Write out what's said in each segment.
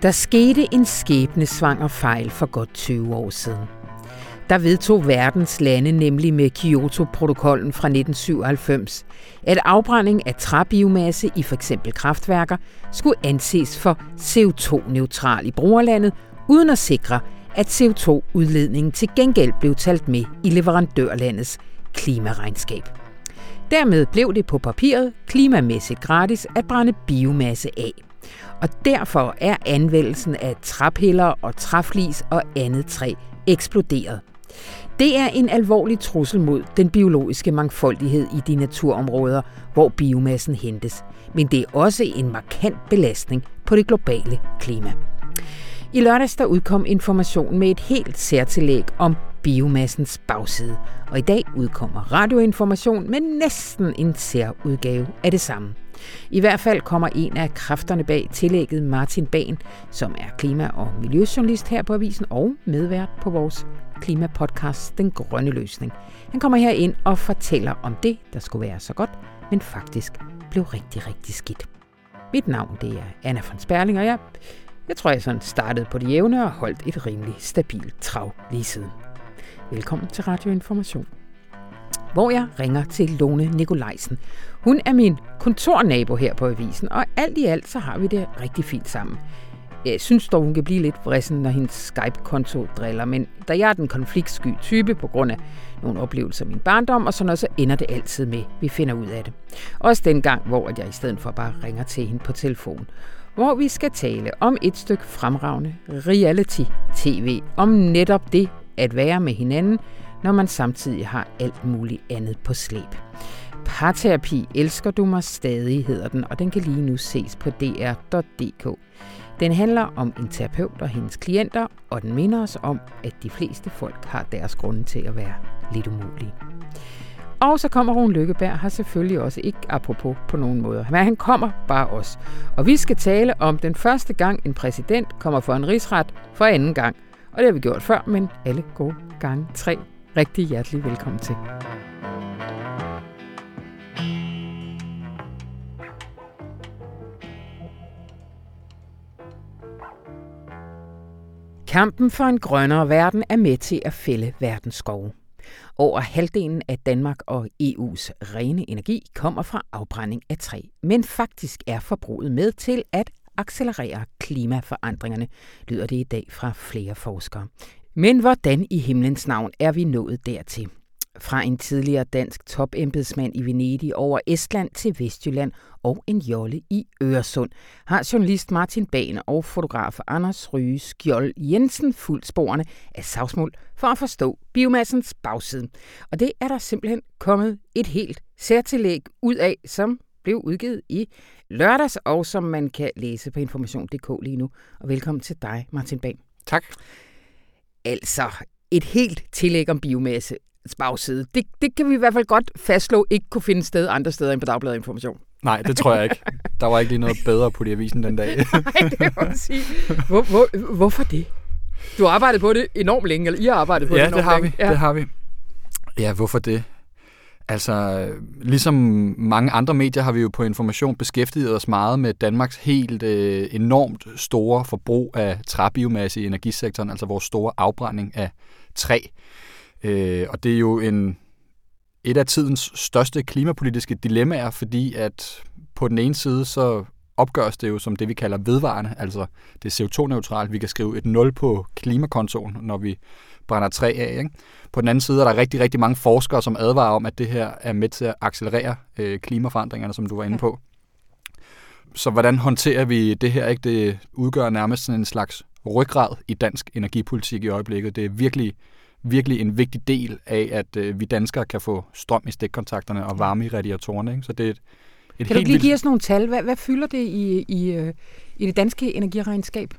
Der skete en skæbnesvanger fejl for godt 20 år siden. Der vedtog verdens lande nemlig med Kyoto-protokollen fra 1997, at afbrænding af træbiomasse i f.eks. kraftværker skulle anses for CO2-neutral i brugerlandet, uden at sikre, at CO2-udledningen til gengæld blev talt med i leverandørlandets klimaregnskab. Dermed blev det på papiret klimamæssigt gratis at brænde biomasse af. Og derfor er anvendelsen af træpiller og træflis og andet træ eksploderet. Det er en alvorlig trussel mod den biologiske mangfoldighed i de naturområder, hvor biomassen hentes. Men det er også en markant belastning på det globale klima. I lørdags der udkom Information med et helt særtillæg om biomassens bagside. Og i dag udkommer Radioinformation med næsten en særudgave af det samme. I hvert fald kommer en af kræfterne bag tillægget, Martin Bahn, som er klima- og miljøjournalist her på Avisen og medvært på vores klimapodcast Den Grønne Løsning. Han kommer her ind og fortæller om det, der skulle være så godt, men faktisk blev rigtig, rigtig skidt. Mit navn det er Anna von Sperling, og jeg tror, jeg sådan startede på det jævne og holdt et rimelig stabilt trav lige siden. Velkommen til Radioinformation, hvor jeg ringer til Lone Nikolajsen. Hun er min kontornabo her på Avisen, og alt i alt så har vi det rigtig fint sammen. Jeg synes dog, hun kan blive lidt vrissen, når hendes Skype-konto driller, men da jeg er den konfliktsky type på grund af nogle oplevelser af min barndom, og sådan noget, så ender det altid med, vi finder ud af det. Også den gang, hvor jeg i stedet for bare ringer til hende på telefon, hvor vi skal tale om et stykke fremragende reality-tv, om netop det at være med hinanden, når man samtidig har alt muligt andet på slæb. Parterapi elsker du mig stadig, hedder den, og den kan lige nu ses på dr.dk. Den handler om en terapeut og hendes klienter, og den minder os om, at de fleste folk har deres grunde til at være lidt umulige. Og så kommer Rune Lykkeberg her selvfølgelig også, ikke apropos på nogen måder, men han kommer bare også. Og vi skal tale om den første gang, en præsident kommer for en rigsret for anden gang. Og det har vi gjort før, men alle gode gange 3. Rigtig hjertelig velkommen til. Kampen for en grønnere verden er med til at fælde verdens skove. Over halvdelen af Danmark og EU's rene energi kommer fra afbrænding af træ, men faktisk er forbruget med til at accelerere klimaforandringerne, lyder det i dag fra flere forskere. Men hvordan i himlens navn er vi nået dertil? Fra en tidligere dansk topembedsmand i Venedig over Estland til Vestjylland og en jolle i Øresund, har journalist Martin Bahn og fotograf Anders Rye Skjold Jensen fulgt sporene af savsmuld for at forstå biomassens bagside. Og det er der simpelthen kommet et helt særtillæg ud af, som blev udgivet i lørdags, og som man kan læse på information.dk lige nu. Og velkommen til dig, Martin Bahn. Tak. Altså, et helt tillæg om biomasse bagside. Det kan vi i hvert fald godt fastslå ikke kunne finde sted andre steder end på Dagbladet Information. Nej, det tror jeg ikke. Der var ikke lige noget bedre på de avisen den dag. Nej, det må man sige. Hvorfor det? Du har arbejdet på det enormt længe, eller I har arbejdet på det enormt længe. Ja, det har vi. Ja, hvorfor det? Altså, ligesom mange andre medier har vi jo på Information beskæftiget os meget med Danmarks helt enormt store forbrug af træbiomasse i energisektoren, altså vores store afbrænding af træ. Og det er jo et af tidens største klimapolitiske dilemmaer, fordi at på den ene side så opgøres det jo som det, vi kalder vedvarende, altså det er CO2-neutralt. Vi kan skrive et 0 på klimakontoen, når vi brænder træ af. Ikke? På den anden side er der rigtig, rigtig mange forskere, som advarer om, at det her er med til at accelerere klimaforandringerne, som du var inde på. Så hvordan håndterer vi det her? Ikke? Det udgør nærmest sådan en slags ryggrad i dansk energipolitik i øjeblikket. Det er virkelig en vigtig del af, at vi danskere kan få strøm i stikkontakterne og varme i radiatorerne. Ikke? Så det er et kan du lige give os nogle tal? Hvad fylder det i det danske energiregnskab?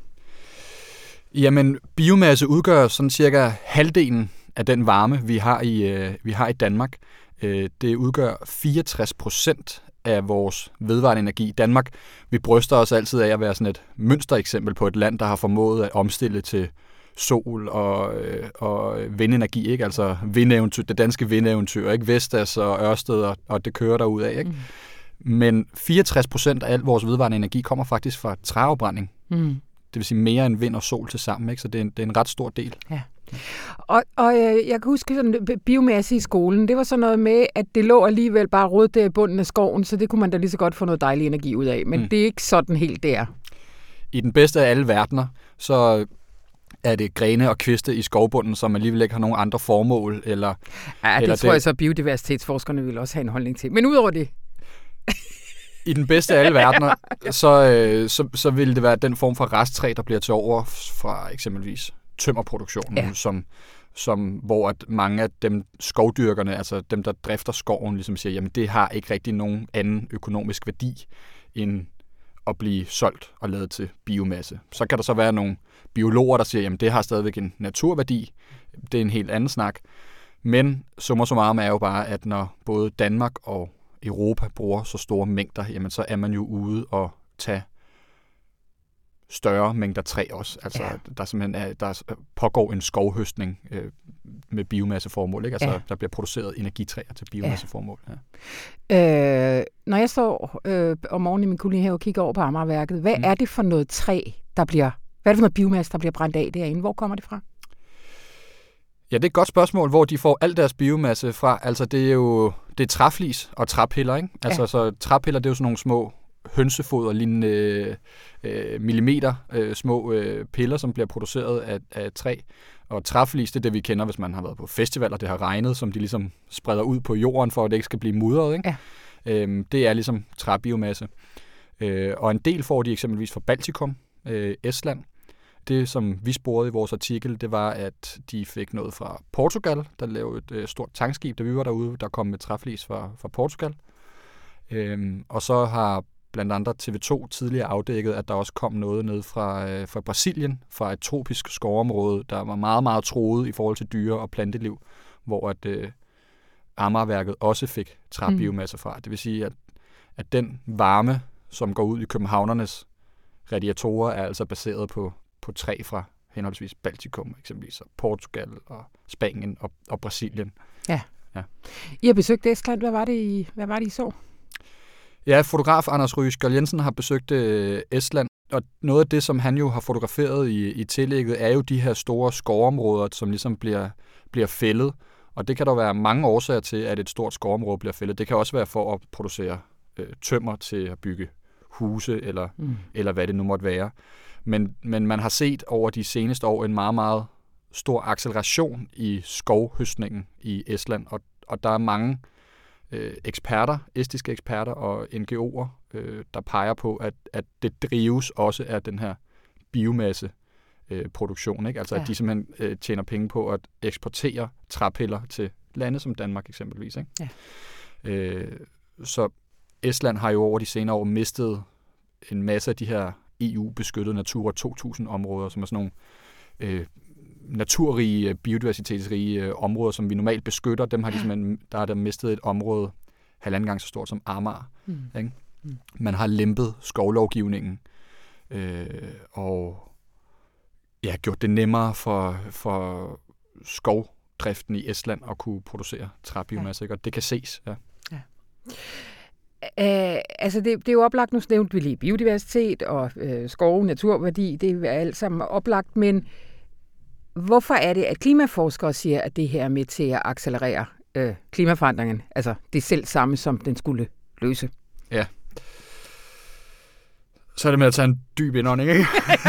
Jamen, biomasse udgør sådan cirka halvdelen af den varme, vi har i Danmark. Det udgør 64% af vores vedvarende energi i Danmark. Vi bryster os altid af at være sådan et mønstereksempel på et land, der har formået at omstille til sol og vindenergi, ikke? Altså vindeventyr, det danske vindeventyr, ikke? Vestas og Ørsted, og det kører derudad, ikke? Men 64% af al vores vedvarende energi kommer faktisk fra træafbrænding. det vil sige mere end vind og sol til sammen, ikke? Så det er en ret stor del. Ja. Og jeg kan huske sådan biomasse i skolen, det var sådan noget med, at det lå alligevel bare rodet der i bunden af skoven, så det kunne man da lige så godt få noget dejlig energi ud af. Men det er ikke sådan helt der. I den bedste af alle verdener, så er det grene og kviste i skovbunden, som alligevel ikke har nogen andre formål. Eller, ja, det tror jeg så, biodiversitetsforskerne vil også have en holdning til. Men udover det... I den bedste af alle verdener, så vil det være den form for resttræ, der bliver til over fra eksempelvis tømmerproduktionen, hvor at mange af dem skovdyrkerne, altså dem, der drifter skoven, ligesom siger, jamen det har ikke rigtig nogen anden økonomisk værdi, end at blive solgt og lavet til biomasse. Så kan der så være nogle biologer, der siger, jamen det har stadigvæk en naturværdi. Det er en helt anden snak. Men summa summarum er jo bare, at når både Danmark og Europa bruger så store mængder, jamen så er man jo ude og tage større mængder træ også. Altså der simpelthen der pågår en skovhøstning med biomasseformål, ikke? Altså der bliver produceret energitræer til biomasseformål. Ja. Når jeg står om morgenen i min kolonihave og kigger over på Amagerværket, hvad er det for noget træ, hvad er det for noget biomasse, der bliver brændt af derinde? Hvor kommer det fra? Ja, det er et godt spørgsmål, hvor de får al deres biomasse fra. Altså det er træflis og træpiller, ikke? Altså så træpiller, det er jo sådan nogle små hønsefoder, lignende millimeter små piller, som bliver produceret af træ. Og træflis, det er det, vi kender, hvis man har været på festivaler, det har regnet, som de ligesom spreder ud på jorden, for at det ikke skal blive mudret, ikke? Ja. Det er ligesom træbiomasse. Og en del får de eksempelvis fra Baltikum, Estland. Det, som vi sporede i vores artikel, det var, at de fik noget fra Portugal, der lavede et stort tankskib, da vi var derude, der kom med træflis fra Portugal. Og så har blandt andet TV2 tidligere afdækket, at der også kom noget ned fra Brasilien, fra et tropisk skovområde, der var meget, meget truet i forhold til dyre- og planteliv, hvor at Amagerværket også fik træbiomasse fra. Det vil sige, at den varme, som går ud i københavnernes radiatorer, er altså baseret på træ fra henholdsvis Baltikum, eksempelvis og Portugal og Spanien og Brasilien. Ja. I har besøgt Estland. Hvad var det, I så? Ja, fotograf Anders Ryskjold Jensen har besøgt Estland, og noget af det, som han jo har fotograferet i tillægget, er jo de her store skovområder, som ligesom bliver fældet. Og det kan der være mange årsager til, at et stort skovområde bliver fældet. Det kan også være for at producere tømmer til at bygge huse, eller hvad det nu måtte være. Men man har set over de seneste år en meget, meget stor acceleration i skovhøstningen i Estland, og der er mange estiske eksperter og NGO'er, der peger på, at det drives også af den her biomasseproduktion, ikke? Altså at de simpelthen tjener penge på at eksportere træpiller til lande som Danmark eksempelvis, ikke? Ja. Så Estland har jo over de senere år mistet en masse af de her EU-beskyttede Natura 2000-områder, som er sådan nogle naturrige, biodiversitetsrige områder, som vi normalt beskytter. Dem har de simpelthen, der har der mistet et område 1,5 gange så stort som Amager. Ikke? Man har lempet skovlovgivningen og gjort det nemmere for skovdriften i Estland at kunne producere træbiomasse, og det kan ses. Ja. Altså det er jo oplagt, nu nævnte vi lige biodiversitet og skove, naturværdi, det er alt sammen oplagt, men hvorfor er det, at klimaforskere siger, at det her er med til at accelerere klimaforandringen? Altså det er selv samme, som den skulle løse. Ja. Så er det med at tage en dyb indånding, ikke?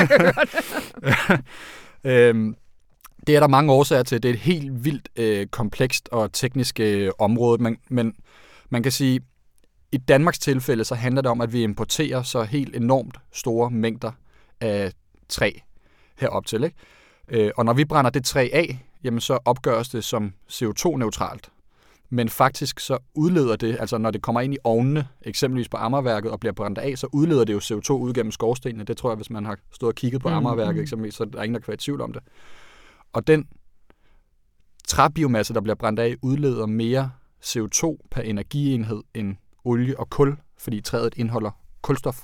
Det er der mange årsager til. Det er et helt vildt komplekst og teknisk område, men man kan sige, i Danmarks tilfælde, så handler det om, at vi importerer så helt enormt store mængder af træ herop til, ikke? Og når vi brænder det træ af, jamen så opgøres det som CO2-neutralt. Men faktisk så udleder det, altså når det kommer ind i ovnene, eksempelvis på Amagerværket og bliver brændt af, så udleder det jo CO2 ud gennem skorstenene. Det tror jeg, hvis man har stået og kigget på Amagerværket eksempelvis, så der er ingen, der kan være i tvivl om det. Og den træbiomasse, der bliver brændt af, udleder mere CO2 per energienhed end olie og kul, fordi træet indeholder kulstof.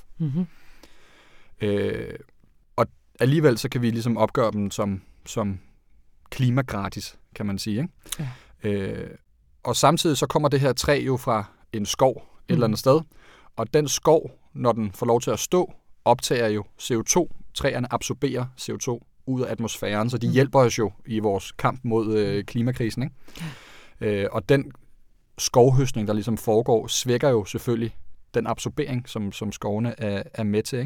Og alligevel så kan vi ligesom opgøre dem som klimagratis, kan man sige, ikke? Ja. Og samtidig så kommer det her træ jo fra en skov et eller andet sted, og den skov, når den får lov til at stå optager jo CO2. Træerne absorberer CO2 ud af atmosfæren, så de hjælper os jo i vores kamp mod klimakrisen. Ikke? Og den skovhøstning, der ligesom foregår, svækker jo selvfølgelig den absorbering, som skovene er med til.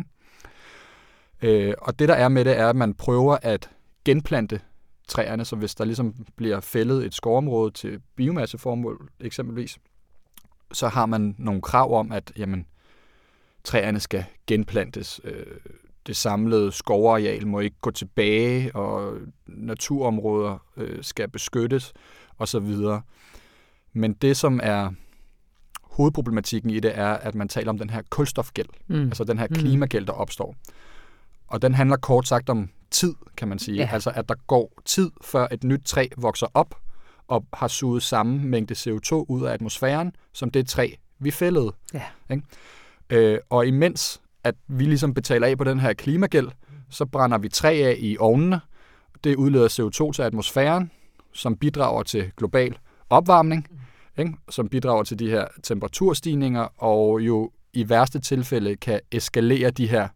Ikke? Og det, der er med det, er, at man prøver at genplante træerne, så hvis der ligesom bliver fældet et skovområde til biomasseformål eksempelvis, så har man nogle krav om, at træerne skal genplantes. Det samlede skovareal må ikke gå tilbage, og naturområder skal beskyttes osv. Men det, som er hovedproblematikken i det, er, at man taler om den her kulstofgæld, altså den her klimagæld, der opstår. Og den handler kort sagt om tid, kan man sige. Ja. Altså, at der går tid, før et nyt træ vokser op og har suget samme mængde CO2 ud af atmosfæren, som det træ, vi fældede. Ja. Ikke? Og imens at vi ligesom betaler af på den her klimagæld, så brænder vi træ af i ovnene. Det udleder CO2 til atmosfæren, som bidrager til global opvarmning, ikke? Som bidrager til de her temperaturstigninger, og jo i værste tilfælde kan eskalere de her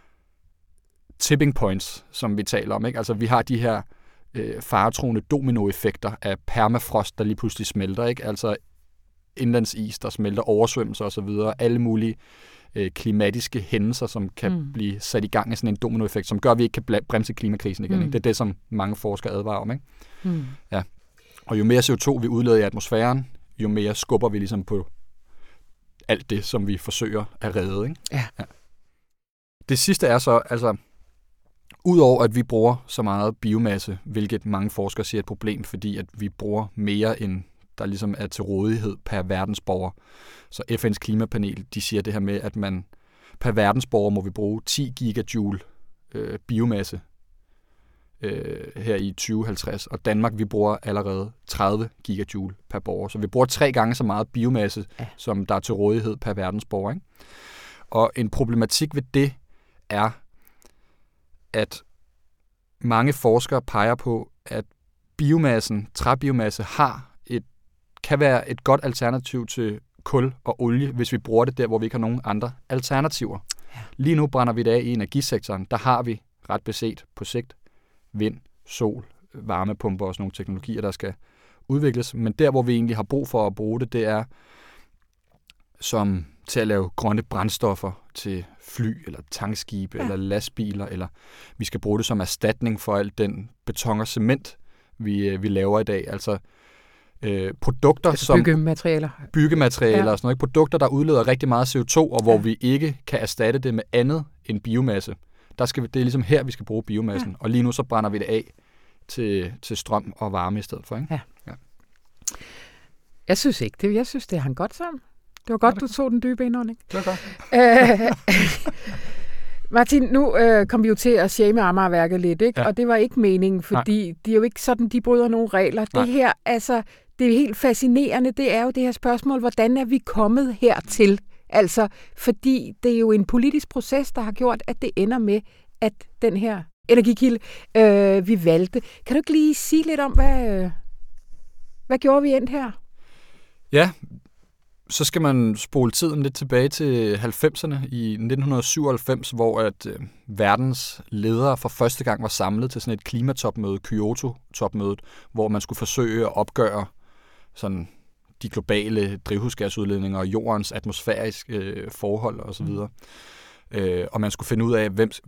tipping points, som vi taler om. Ikke? Altså vi har de her faretruende dominoeffekter af permafrost, der lige pludselig smelter. Ikke? Altså indlandsis, der smelter, oversvømmelser osv. Alle mulige klimatiske hændelser, som kan blive sat i gang af sådan en dominoeffekt, som gør, at vi ikke kan bremse klimakrisen igen. Ikke? Det er det, som mange forskere advarer om. Ikke? Ja. Og jo mere CO2 vi udleder i atmosfæren, jo mere skubber vi ligesom på alt det, som vi forsøger at redde. Ikke? Ja. Ja. Det sidste er så, altså, udover at vi bruger så meget biomasse, hvilket mange forskere siger er et problem, fordi at vi bruger mere, end der ligesom er til rådighed per verdensborger. Så FN's klimapanel, de siger det her med, at man per verdensborger må vi bruge 10 gigajoule biomasse her i 2050, og Danmark, vi bruger allerede 30 gigajoule per borger. Så vi bruger 3 gange så meget biomasse, som der er til rådighed per verdensborger. Ikke? Og en problematik ved det er, at mange forskere peger på, at biomassen, træbiomasse, kan være et godt alternativ til kul og olie, hvis vi bruger det der, hvor vi ikke har nogen andre alternativer. Ja. Lige nu brænder vi det af i energisektoren. Der har vi ret beset på sigt vind, sol, varmepumper og sådan nogle teknologier, der skal udvikles. Men der, hvor vi egentlig har brug for at bruge det, det er som til at lave grønne brændstoffer til fly, eller tankskibe, eller lastbiler, eller vi skal bruge det som erstatning for alt den beton og cement, vi laver i dag. Altså produkter som byggematerialer og sådan noget. Produkter, der udleder rigtig meget CO2, og hvor vi ikke kan erstatte det med andet end biomasse. Det er ligesom her, vi skal bruge biomassen. Og lige nu så brænder vi det af til strøm og varme i stedet for. Ikke? Ja. Jeg synes ikke det. Jeg synes, det hang godt sammen. Det var godt, du tog den dybe indånding. Det var godt. Martin, nu kom vi jo til at shame Amagerværket lidt, ikke? Ja. Og det var ikke meningen, fordi de er jo ikke sådan, de bryder nogle regler. Nej. Det her, altså, det er helt fascinerende, det er jo det her spørgsmål, hvordan er vi kommet hertil? Altså, fordi det er jo en politisk proces, der har gjort, at det ender med, at den her energikilde, vi valgte. Kan du ikke lige sige lidt om, hvad gjorde vi endt her? Ja, så skal man spole tiden lidt tilbage til 90'erne i 1997, hvor at verdens ledere for første gang var samlet til sådan et klimatopmøde, Kyoto-topmødet, hvor man skulle forsøge at opgøre sådan de globale drivhusgasudledninger og jordens atmosfæriske forhold osv. Og man skulle finde ud af,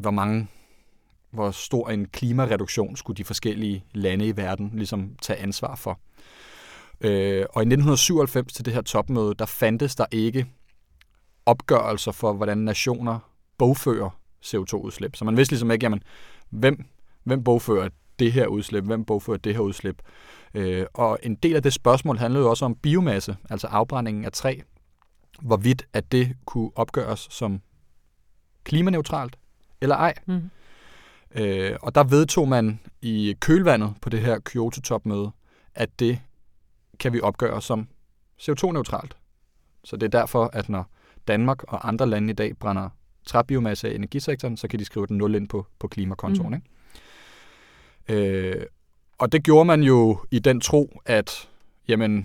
hvor stor en klimareduktion skulle de forskellige lande i verden ligesom tage ansvar for. Og i 1997 til det her topmøde, der fandtes der ikke opgørelser for, hvordan nationer bogfører CO2-udslip. Så man vidste ligesom ikke, jamen, hvem bogfører det her udslip, hvem bogfører det her udslip. Og en del af det spørgsmål handlede jo også om biomasse, altså afbrændingen af træ. Hvorvidt at det kunne opgøres som klimaneutralt eller ej. Og der vedtog man i kølvandet på det her Kyoto-topmøde, at det kan vi opgøre som CO2-neutralt. Så det er derfor, at når Danmark og andre lande i dag brænder træbiomasse af energisektoren, så kan de skrive den 0 ind på klimakontoen. Ikke? Og det gjorde man jo i den tro, at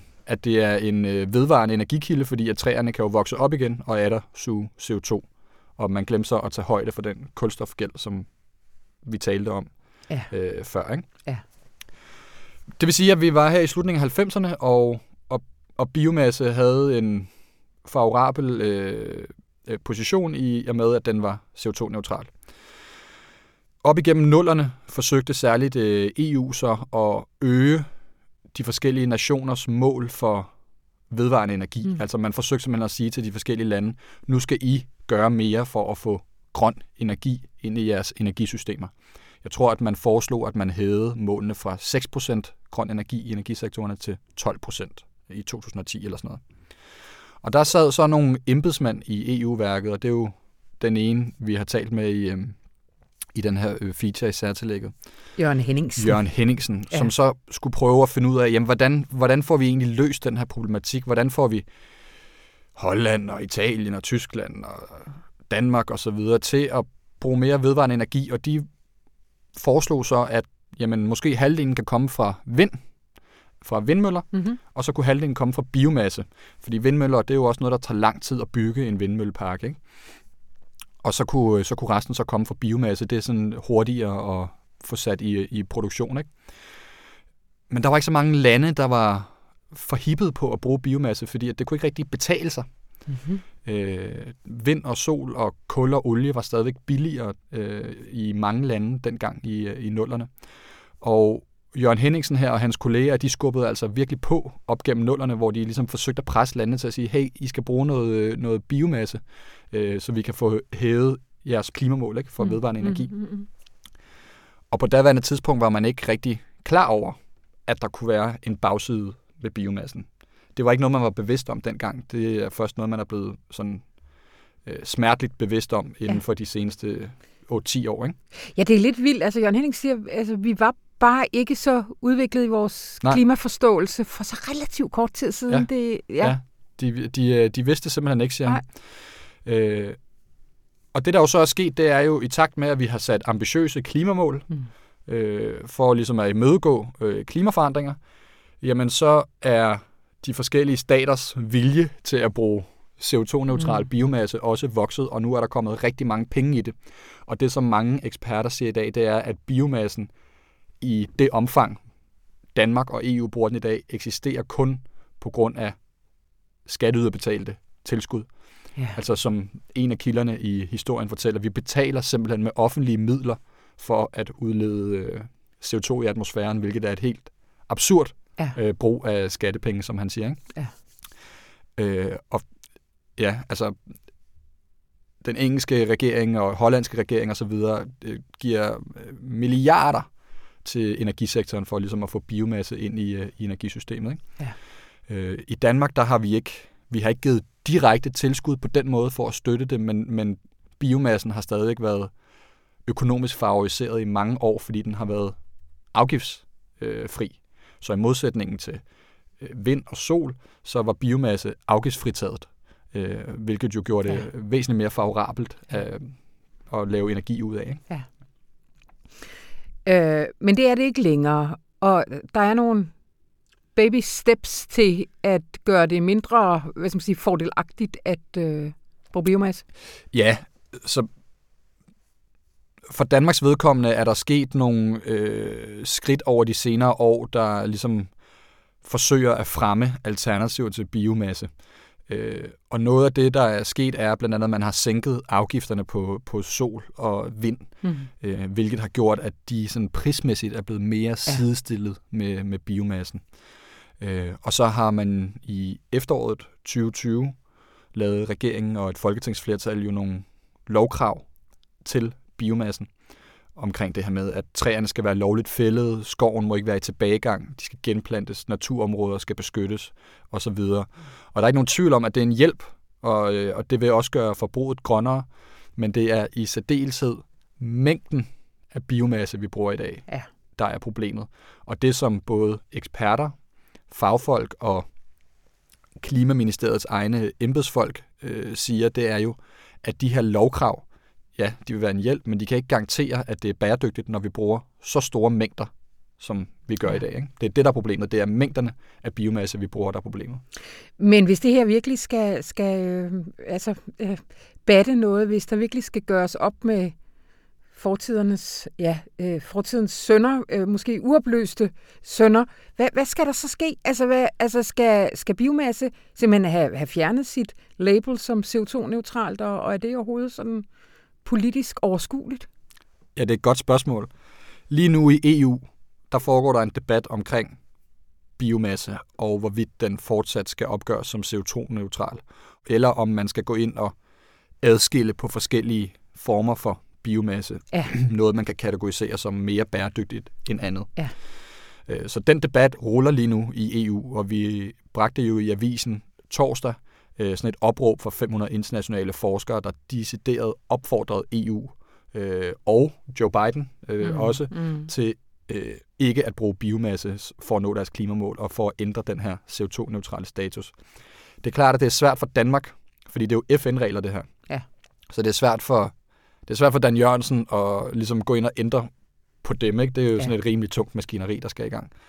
det er en vedvarende energikilde, fordi at træerne kan jo vokse op igen og atter suge CO2 og man glemte så at tage højde for den kulstofgæld, som vi talte om før. Ikke? Ja. Det vil sige, at vi var her i slutningen af 90'erne, og biomasse havde en favorabel position i og med, at den var CO2-neutral. Op igennem 0'erne forsøgte særligt EU så at øge de forskellige nationers mål for vedvarende energi. Altså man forsøgte simpelthen at sige til de forskellige lande, nu skal I gøre mere for at få grøn energi ind i jeres energisystemer. Jeg tror, at man foreslog, at man hævede målene fra 6% grøn energi i energisektorerne til 12% i 2010 eller sådan noget. Og der sad så nogle embedsmænd i EU-værket, og det er jo den ene, vi har talt med i den her feature i særtillægget. Jørgen Henningsen, som så skulle prøve at finde ud af, jamen, hvordan får vi egentlig løst den her problematik? Hvordan får vi Holland og Italien og Tyskland og Danmark og så videre til at bruge mere vedvarende energi? Og de foreslog så, at jamen, måske halvdelen kan komme fra vindmøller, og så kunne halvdelen komme fra biomasse. Fordi vindmøller, det er jo også noget, der tager lang tid at bygge en vindmøllepark, ikke? Og så kunne resten så komme fra biomasse. Det er sådan hurtigere at få sat i produktion, ikke? Men der var ikke så mange lande, der var forhippet på at bruge biomasse, fordi at det kunne ikke rigtig betale sig. Vind og sol og kul og olie var stadigvæk billigere i mange lande dengang i 0'erne. Og Jørgen Henningsen her og hans kolleger, de skubbede altså virkelig på op gennem 0'erne, hvor de ligesom forsøgte at presse landene til at sige, hey, I skal bruge noget biomasse, så vi kan få hævet jeres klimamål, ikke, for vedvarende energi. Og på daværende tidspunkt var man ikke rigtig klar over, at der kunne være en bagside ved biomassen. Det var ikke noget, man var bevidst om dengang. Det er først noget, man er blevet sådan smerteligt bevidst om inden for de seneste 8-10 år. Ikke? Ja, det er lidt vildt. Altså, Jørgen Henning siger, altså, vi var bare ikke så udviklet i vores klimaforståelse for så relativt kort tid siden. De vidste simpelthen ikke, siger han. Og det, der jo så er sket, det er jo i takt med, at vi har sat ambitiøse klimamål for ligesom at imødegå klimaforandringer, jamen så er de forskellige staters vilje til at bruge CO2-neutral biomasse også vokset, og nu er der kommet rigtig mange penge i det. Og det, som mange eksperter siger i dag, det er, at biomassen i det omfang, Danmark og EU bruger den i dag, eksisterer kun på grund af skatteyderbetalte tilskud. Yeah. Altså som en af kilderne i historien fortæller, vi betaler simpelthen med offentlige midler for at udlede CO2 i atmosfæren, hvilket er et helt absurd brug af skattepenge, som han siger. Ikke? Ja. Altså den engelske regering og hollandske regering og så videre giver milliarder til energisektoren for ligesom at få biomasse ind i energisystemet. Ikke? Ja. I Danmark, der har vi har ikke givet direkte tilskud på den måde for at støtte det, men biomassen har stadig været økonomisk favoriseret i mange år, fordi den har været afgiftsfri. Så i modsætningen til vind og sol, så var biomasse afgiftsfritaget, hvilket jo gjorde det væsentligt mere favorabelt at lave energi ud af. Ikke? Ja. Men det er det ikke længere, og der er nogle baby steps til at gøre det mindre, fordelagtigt at bruge biomasse? Ja, så for Danmarks vedkommende er der sket nogle skridt over de senere år, der ligesom forsøger at fremme alternativer til biomasse. Og noget af det, der er sket, er blandt andet, at man har sænket afgifterne på sol og vind, hvilket har gjort, at de sådan prismæssigt er blevet mere sidestillet med biomassen. Og så har man i efteråret 2020 lavet regeringen og et folketingsflertal jo nogle lovkrav til biomassen omkring det her med, at træerne skal være lovligt fældet, skoven må ikke være i tilbagegang, de skal genplantes, naturområder skal beskyttes osv. Og der er ikke nogen tvivl om, at det er en hjælp, og det vil også gøre forbruget grønnere, men det er i særdeleshed mængden af biomasse, vi bruger i dag, der er problemet. Og det, som både eksperter, fagfolk og Klimaministeriets egne embedsfolk siger, det er jo, at de her lovkrav, ja, de vil være en hjælp, men de kan ikke garantere, at det er bæredygtigt, når vi bruger så store mængder som vi gør i dag. Ikke? Det er det, der er problemet. Det er mængderne af biomasse, vi bruger, der er problemet. Men hvis det her virkelig skal batte noget, hvis der virkelig skal gøres op med fortidens synder, måske uopløste synder, hvad skal der så ske? Skal biomasse simpelthen have fjernet sit label som CO2-neutralt, og er det overhovedet sådan politisk overskueligt? Ja, det er et godt spørgsmål. Lige nu i EU, der foregår der en debat omkring biomasse, og hvorvidt den fortsat skal opgøres som CO2-neutral, eller om man skal gå ind og adskille på forskellige former for biomasse. Ja. Noget, man kan kategorisere som mere bæredygtigt end andet. Ja. Så den debat ruller lige nu i EU, og vi bragte jo i avisen torsdag sådan et opråb fra 500 internationale forskere, der decideret opfordrede EU og Joe Biden til ikke at bruge biomasse for at nå deres klimamål og for at ændre den her CO2-neutrale status. Det er klart, at det er svært for Danmark, fordi det er jo FN-regler, det her. Ja. Så det er svært for Dan Jørgensen at ligesom gå ind og ændre på dem. Ikke? Det er jo sådan et rimelig tungt maskineri, der skal i gang.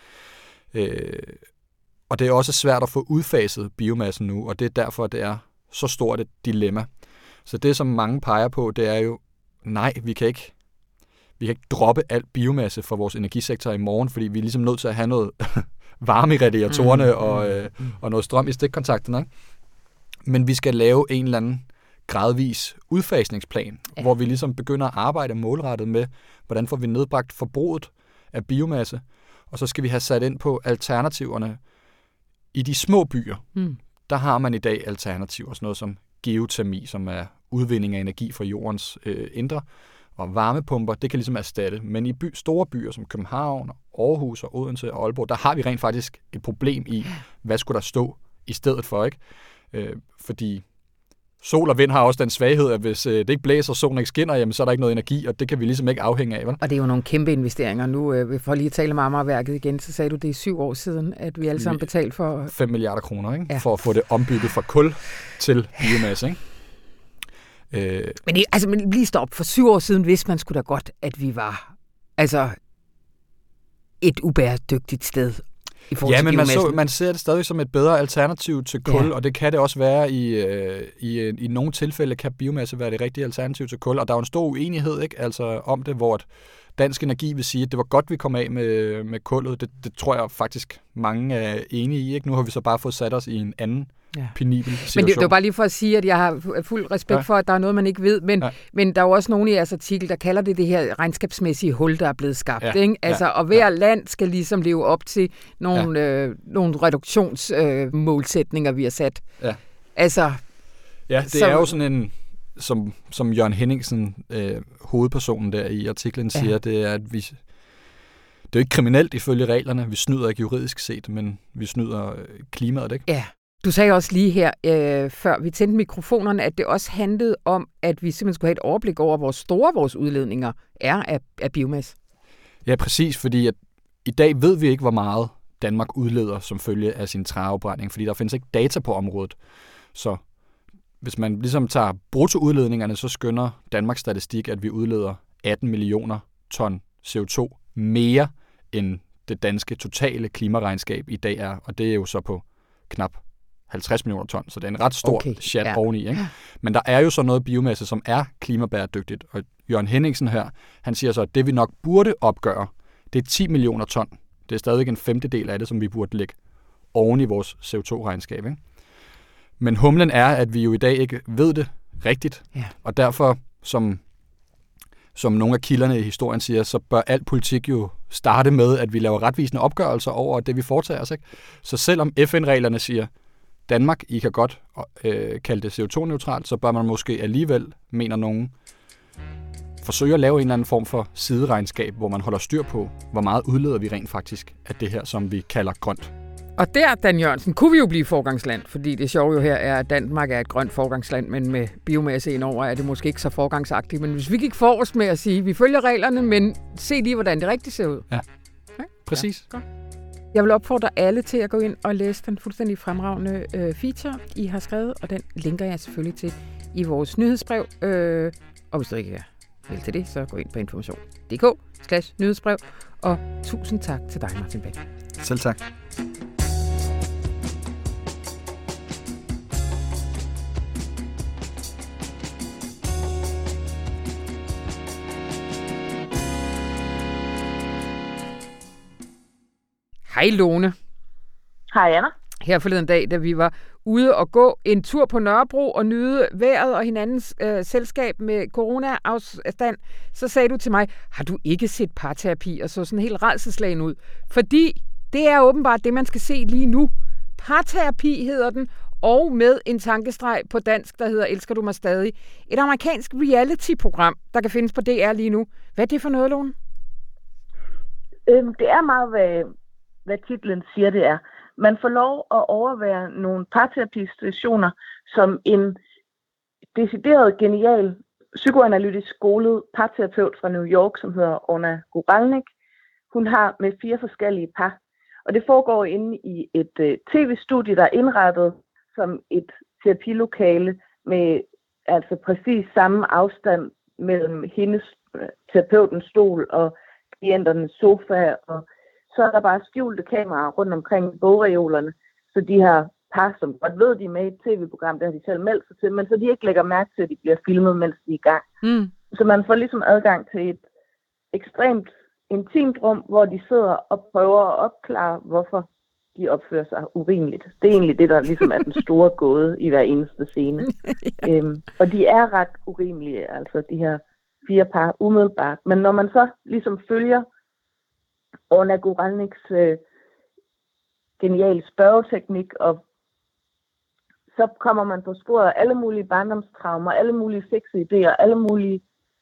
Og det er også svært at få udfaset biomassen nu, og det er derfor, at det er så stort et dilemma. Så det, som mange peger på, det er jo, nej, vi kan ikke droppe alt biomasse fra vores energisektor i morgen, fordi vi er ligesom nødt til at have noget varme i radiatorerne og noget strøm i stikkontakterne. Men vi skal lave en eller anden gradvis udfasningsplan, hvor vi ligesom begynder at arbejde målrettet med, hvordan får vi nedbragt forbruget af biomasse, og så skal vi have sat ind på alternativerne i de små byer. Der har man i dag alternativer, sådan noget som geotermi, som er udvinding af energi fra jordens indre, og varmepumper, det kan ligesom erstatte. Men i store byer som København, Aarhus og Odense og Aalborg, der har vi rent faktisk et problem i, hvad skulle der stå i stedet for, ikke? Fordi sol og vind har også den svaghed, at hvis det ikke blæser, og solen ikke skinner, jamen, så er der ikke noget energi, og det kan vi ligesom ikke afhænge af. Vel? Og det er jo nogle kæmpe investeringer. Nu, for lige at tale om Amagerværket igen, så sagde du, det er 7 år siden, at vi alle sammen betalte for 5 milliarder kroner, ikke? Ja. For at få det ombygget fra kul til biomasse. Ikke? Men lige stop. For 7 år siden vidste man sgu da godt, at vi var et ubæredygtigt sted. Ja, men man ser det stadig som et bedre alternativ til kul, og det kan det også være i nogle tilfælde, kan biomasse være det rigtige alternativ til kul, og der er jo en stor uenighed om det, hvor Dansk Energi vil sige, at det var godt, vi kom af med kullet. Det tror jeg faktisk mange er enige i. Ikke? Nu har vi så bare fået sat os i en anden penibel situation. Men det var bare lige for at sige, at jeg har fuld respekt for, at der er noget, man ikke ved, men der er jo også nogen i jeres artikel, der kalder det her regnskabsmæssige hul, der er blevet skabt. Ja. Ikke? Og hver land skal ligesom leve op til nogle reduktionsmålsætninger, vi har sat. Ja. Det er jo sådan en, som Jørgen Henningsen, hovedpersonen der i artiklen, siger, det er, at det er jo ikke kriminelt ifølge reglerne. Vi snyder ikke juridisk set, men vi snyder klimaet, ikke? Ja. Du sagde også lige her, før vi tændte mikrofonerne, at det også handlede om, at vi simpelthen skulle have et overblik over, hvor store vores udledninger er af biomasse. Ja, præcis, fordi at i dag ved vi ikke, hvor meget Danmark udleder som følge af sin træafbrænding, fordi der findes ikke data på området. Så hvis man ligesom tager bruttoudledningerne, så skønner Danmarks Statistik, at vi udleder 18 millioner ton CO2 mere end det danske totale klimaregnskab i dag er, og det er jo så på knap 50 millioner ton, så det er en ret stor chat oveni. Ikke? Men der er jo så noget biomasse, som er klimabæredygtigt, og Jørgen Henningsen her, han siger så, at det vi nok burde opgøre, det er 10 millioner ton. Det er stadig en femtedel af det, som vi burde lægge oven i vores CO2-regnskab. Ikke? Men humlen er, at vi jo i dag ikke ved det rigtigt, og derfor, som nogle af kilderne i historien siger, så bør al politik jo starte med, at vi laver retvisende opgørelser over det, vi foretager os. Ikke? Så selvom FN-reglerne siger, Danmark, I kan godt kalde det CO2-neutralt, så bør man måske alligevel, mener nogen, forsøge at lave en eller anden form for sideregnskab, hvor man holder styr på, hvor meget udleder vi rent faktisk af det her, som vi kalder grønt. Og der, Dan Jørgensen, kunne vi jo blive forgangsland, fordi det sjove jo her er, at Danmark er et grønt forgangsland, men med biomasse indover er det måske ikke så forgangsagtigt. Men hvis vi gik forrest med at sige, vi følger reglerne, men se lige, hvordan det rigtigt ser ud. Ja, præcis. Ja, jeg vil opfordre alle til at gå ind og læse den fuldstændig fremragende feature, I har skrevet, og den linker jeg selvfølgelig til i vores nyhedsbrev. Og hvis du ikke vil til det, så gå ind på information.dk/nyhedsbrev. Og tusind tak til dig, Martin Bæk. Selv tak. Hej Lone. Hej Anna. Her forleden dag, da vi var ude og gå en tur på Nørrebro og nyde vejret og hinandens selskab med corona-afstand, så sagde du til mig, har du ikke set parterapi? Og så sådan helt rædselsslagen ud. Fordi det er åbenbart det, man skal se lige nu. Parterapi hedder den, og med en tankestreg på dansk, der hedder Elsker du mig stadig? Et amerikansk reality-program, der kan findes på DR lige nu. Hvad er det for noget, Lone? Det er meget, hvad titlen siger, det er. Man får lov at overvære nogle parterapisituationer, som en decideret genial psykoanalytisk skolet parterapeut fra New York, som hedder Ona Guralnik. Hun har med 4 forskellige par. Og det foregår inde i et tv-studie, der er indrettet som et terapilokale med altså præcis samme afstand mellem hendes terapeutens stol og klienternes sofa, og så er der bare skjulte kameraer rundt omkring bogreolerne, så de her par, som godt ved, de er med i et tv-program, der har de selv meldt sig til, men så de ikke lægger mærke til, at de bliver filmet, mens de er i gang. Så man får ligesom adgang til et ekstremt intimt rum, hvor de sidder og prøver at opklare, hvorfor de opfører sig urimeligt. Det er egentlig det, der ligesom er den store gåde i hver eneste scene. Og de er ret urimelige, altså de her 4 par umiddelbart. Men når man så ligesom følger Ona Guralniks geniale spørgeteknik, og så kommer man på sporet af alle mulige barndomstraumer, alle mulige fikse idéer, alle mulige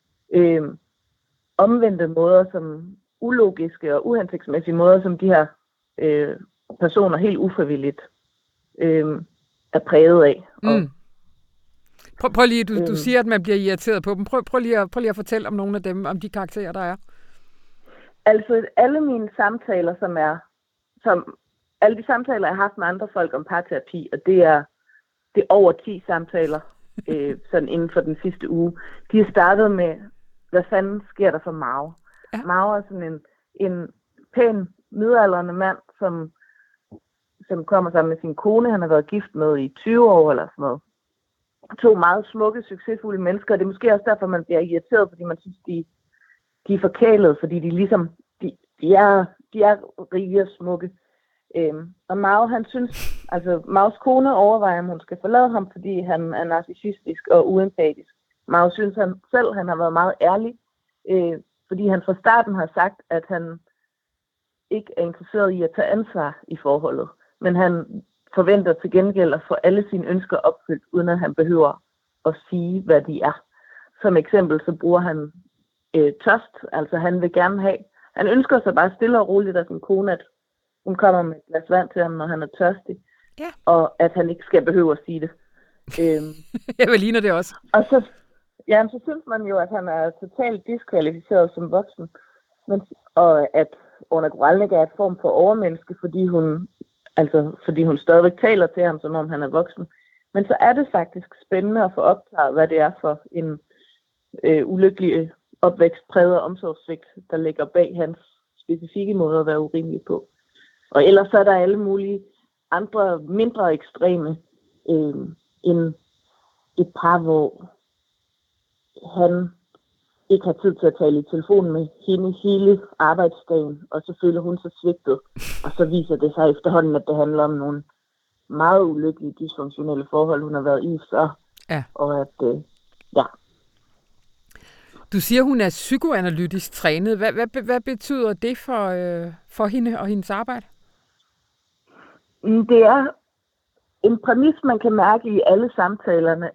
omvendte måder, som ulogiske og uhensigtsmæssige måder, som de her personer helt ufrivilligt er præget af. Prøv lige, du siger, at man bliver irriteret på dem. Prøv lige at fortælle om nogle af dem, om de karakterer, der er. Altså, alle mine samtaler, alle de samtaler, jeg har haft med andre folk om parterapi, og det er over 10 samtaler, sådan inden for den sidste uge, de er startet med, hvad fanden sker der for Mao? Ja. Mao er sådan en pæn, midaldrende mand, som kommer sammen med sin kone, han har været gift med i 20 år eller sådan noget. 2 meget smukke, succesfulde mennesker, og det er måske også derfor, man bliver irriteret, fordi man synes, de er forkælede, fordi de ligesom, de er rige og smukke. Og Mao, han synes, altså Maos kone overvejer, om hun skal forlade ham, fordi han er narcissistisk og uempatisk. Mao synes han har været meget ærlig, fordi han fra starten har sagt, at han ikke er interesseret i at tage ansvar i forholdet. Men han forventer til gengæld at få alle sine ønsker opfyldt, uden at han behøver at sige, hvad de er. Som eksempel så bruger han tørst, altså han vil gerne have, han ønsker sig bare stille og roligt af sin kone, at hun kommer med et glas vand til ham, når han er tørstig, og at han ikke skal behøve at sige det. Jeg vil ligne det også. Og så synes man jo, at han er totalt diskvalificeret som voksen, og at Ona Guralnik er et form for overmenneske, fordi hun stadigvæk taler til ham, som om han er voksen. Men så er det faktisk spændende at få opklaret, hvad det er for en ulykkelig opvækst præget af omsorgssvigt, der ligger bag hans specifikke måde at være urimelig på. Og ellers så er der alle mulige andre mindre ekstreme end et par, hvor han ikke har tid til at tale i telefon med hende hele arbejdsdagen, og så føler hun sig svigtet. Og så viser det sig efterhånden, at det handler om nogle meget ulykkelige, dysfunktionelle forhold, hun har været i før. Ja. Og at, Du siger, hun er psykoanalytisk trænet. Hvad betyder det for hende og hendes arbejde? Det er en præmis, man kan mærke i alle samtalerne,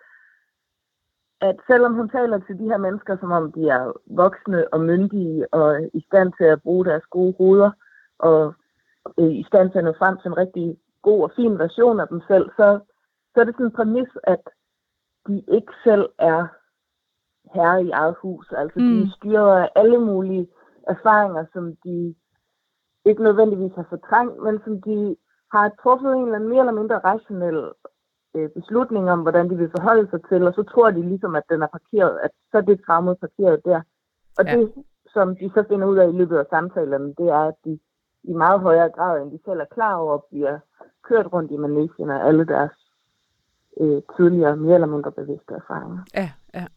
at selvom hun taler til de her mennesker, som om de er voksne og myndige og i stand til at bruge deres gode hoveder og i stand til at nå frem til en rigtig god og fin version af dem selv, så er det sådan en præmis, at de ikke selv er herre i eget hus. Altså de er styret af alle mulige erfaringer, som de ikke nødvendigvis har fortrængt, men som de har truffet en eller anden mere eller mindre rationel beslutning om, hvordan de vil forholde sig til, og så tror de ligesom, at den er parkeret, at så er det fremmed parkeret der. Og det, som de så finder ud af i løbet af samtalerne, det er, at de i meget højere grad, end de selv er klar over, bliver kørt rundt i manegen af alle deres tidligere, mere eller mindre bevidste erfaringer. Ja.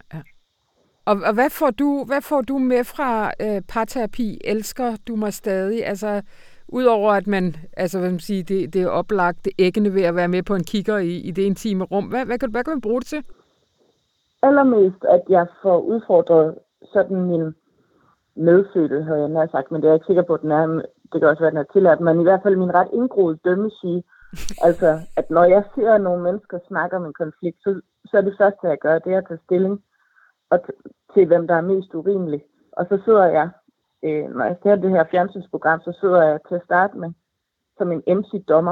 Og hvad får du med fra parterapi? Elsker du mig stadig? Altså, udover at man, altså hvad man siger, det er oplagt, det æggende ved at være med på en kigger i det intime rum. Hvad kan man bruge det til? Allermest, at jeg får udfordret sådan min medfødte, havde jeg nær sagt, men det er jeg ikke sikker på, at den er. Det kan også være, den er tilladt, men i hvert fald min ret indgroede dømmesyge. Altså, at når jeg ser nogle mennesker snakke om en konflikt, så er det første, jeg gør, det er at tage stilling og til, hvem der er mest urimelig. Og så sidder jeg, når jeg ser det her fjernsynsprogram, så sidder jeg til at starte med som en MC-dommer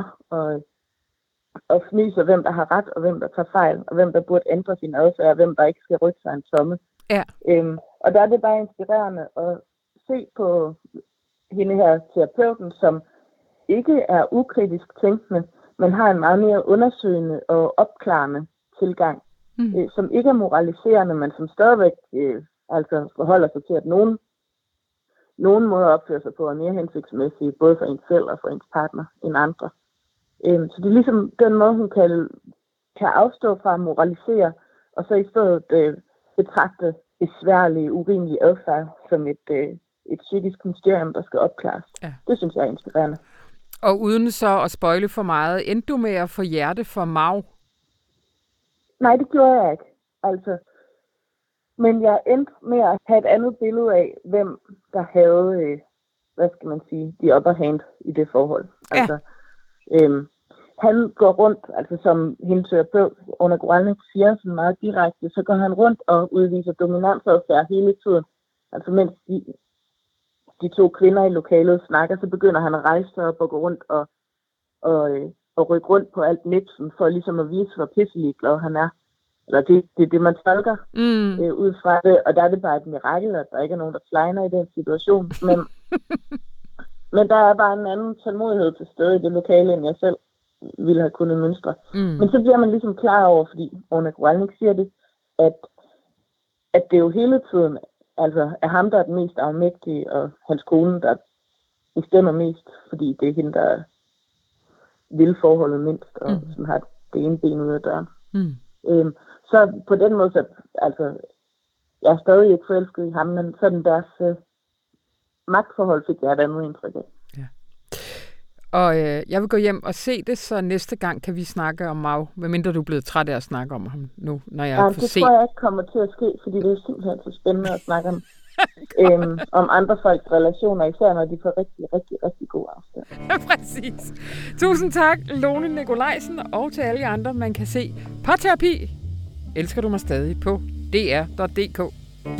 og fnyser, hvem der har ret, og hvem der tager fejl, og hvem der burde ændre sin adfærd, og hvem der ikke skal rykke sig en tomme. Ja. Og der er det bare inspirerende at se på hende her terapeuten, som ikke er ukritisk tænkende, men har en meget mere undersøgende og opklarende tilgang, som ikke er moraliserende, men som stadigvæk altså forholder sig til, at nogen måder at opføre sig på er mere hensigtsmæssige, både for en selv og for ens partner end andre. Så det er ligesom den måde, hun kan afstå fra at moralisere, og så i stedet betragte besværlige, urimelige adfærd som et psykisk mysterium, der skal opklares. Ja. Det synes jeg er inspirerende. Og uden så at spoile for meget, endte du med at få hjerte for Mau? Nej, det gjorde jeg ikke. Altså, men jeg endte med at have et andet billede af, hvem der havde, hvad skal man sige, de upper hand i det forhold. Ja. Altså, han går rundt, altså som hendes terapeut under Goralnik siger sådan meget direkte, så går han rundt og udviser dominansadfærd hele tiden. Altså mens de to kvinder i lokalet snakker, så begynder han at rejse sig op og gå rundt og rykke rundt på alt nipsen, for ligesom at vise, hvor pisselig glad han er. Eller det er det, man tolker ud fra det, og der er det bare et mirakel, at der ikke er nogen, der flyner i den situation. Men der er bare en anden tålmodighed til stede i det lokale, end jeg selv ville have kunnet mønstre. Men så bliver man ligesom klar over, fordi Orna Goralnik siger det, at det jo hele tiden altså er ham, der er den mest afmægtige, og hans kone, der bestemmer mest, fordi det er hende, der vil forholdet mindst, og som har det ene ben ud af døren. Så på den måde, så, altså, jeg er stadig ikke forelsket i ham, men sådan deres magtforhold fik jeg et andet indtryk af. Ja. Og jeg vil gå hjem og se det, så næste gang kan vi snakke om Mau, medmindre du er blevet træt af at snakke om ham nu, når jeg får det se. Tror jeg ikke kommer til at ske, fordi det er simpelthen så spændende at snakke om andre folks relationer, især når de får rigtig, rigtig, rigtig god afstand. Præcis. Tusind tak, Lone Nikolajsen, og til alle andre, man kan se Parterapi. Elsker du mig stadig på dr.dk.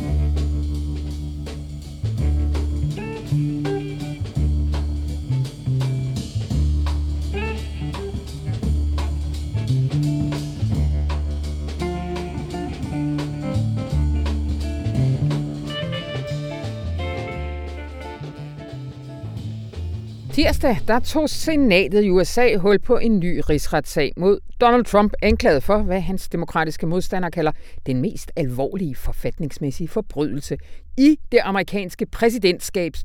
Tirsdag, der tog senatet i USA hul på en ny rigsretssag mod Donald Trump, anklaget for, hvad hans demokratiske modstandere kalder den mest alvorlige forfatningsmæssige forbrydelse i det amerikanske præsidentskabs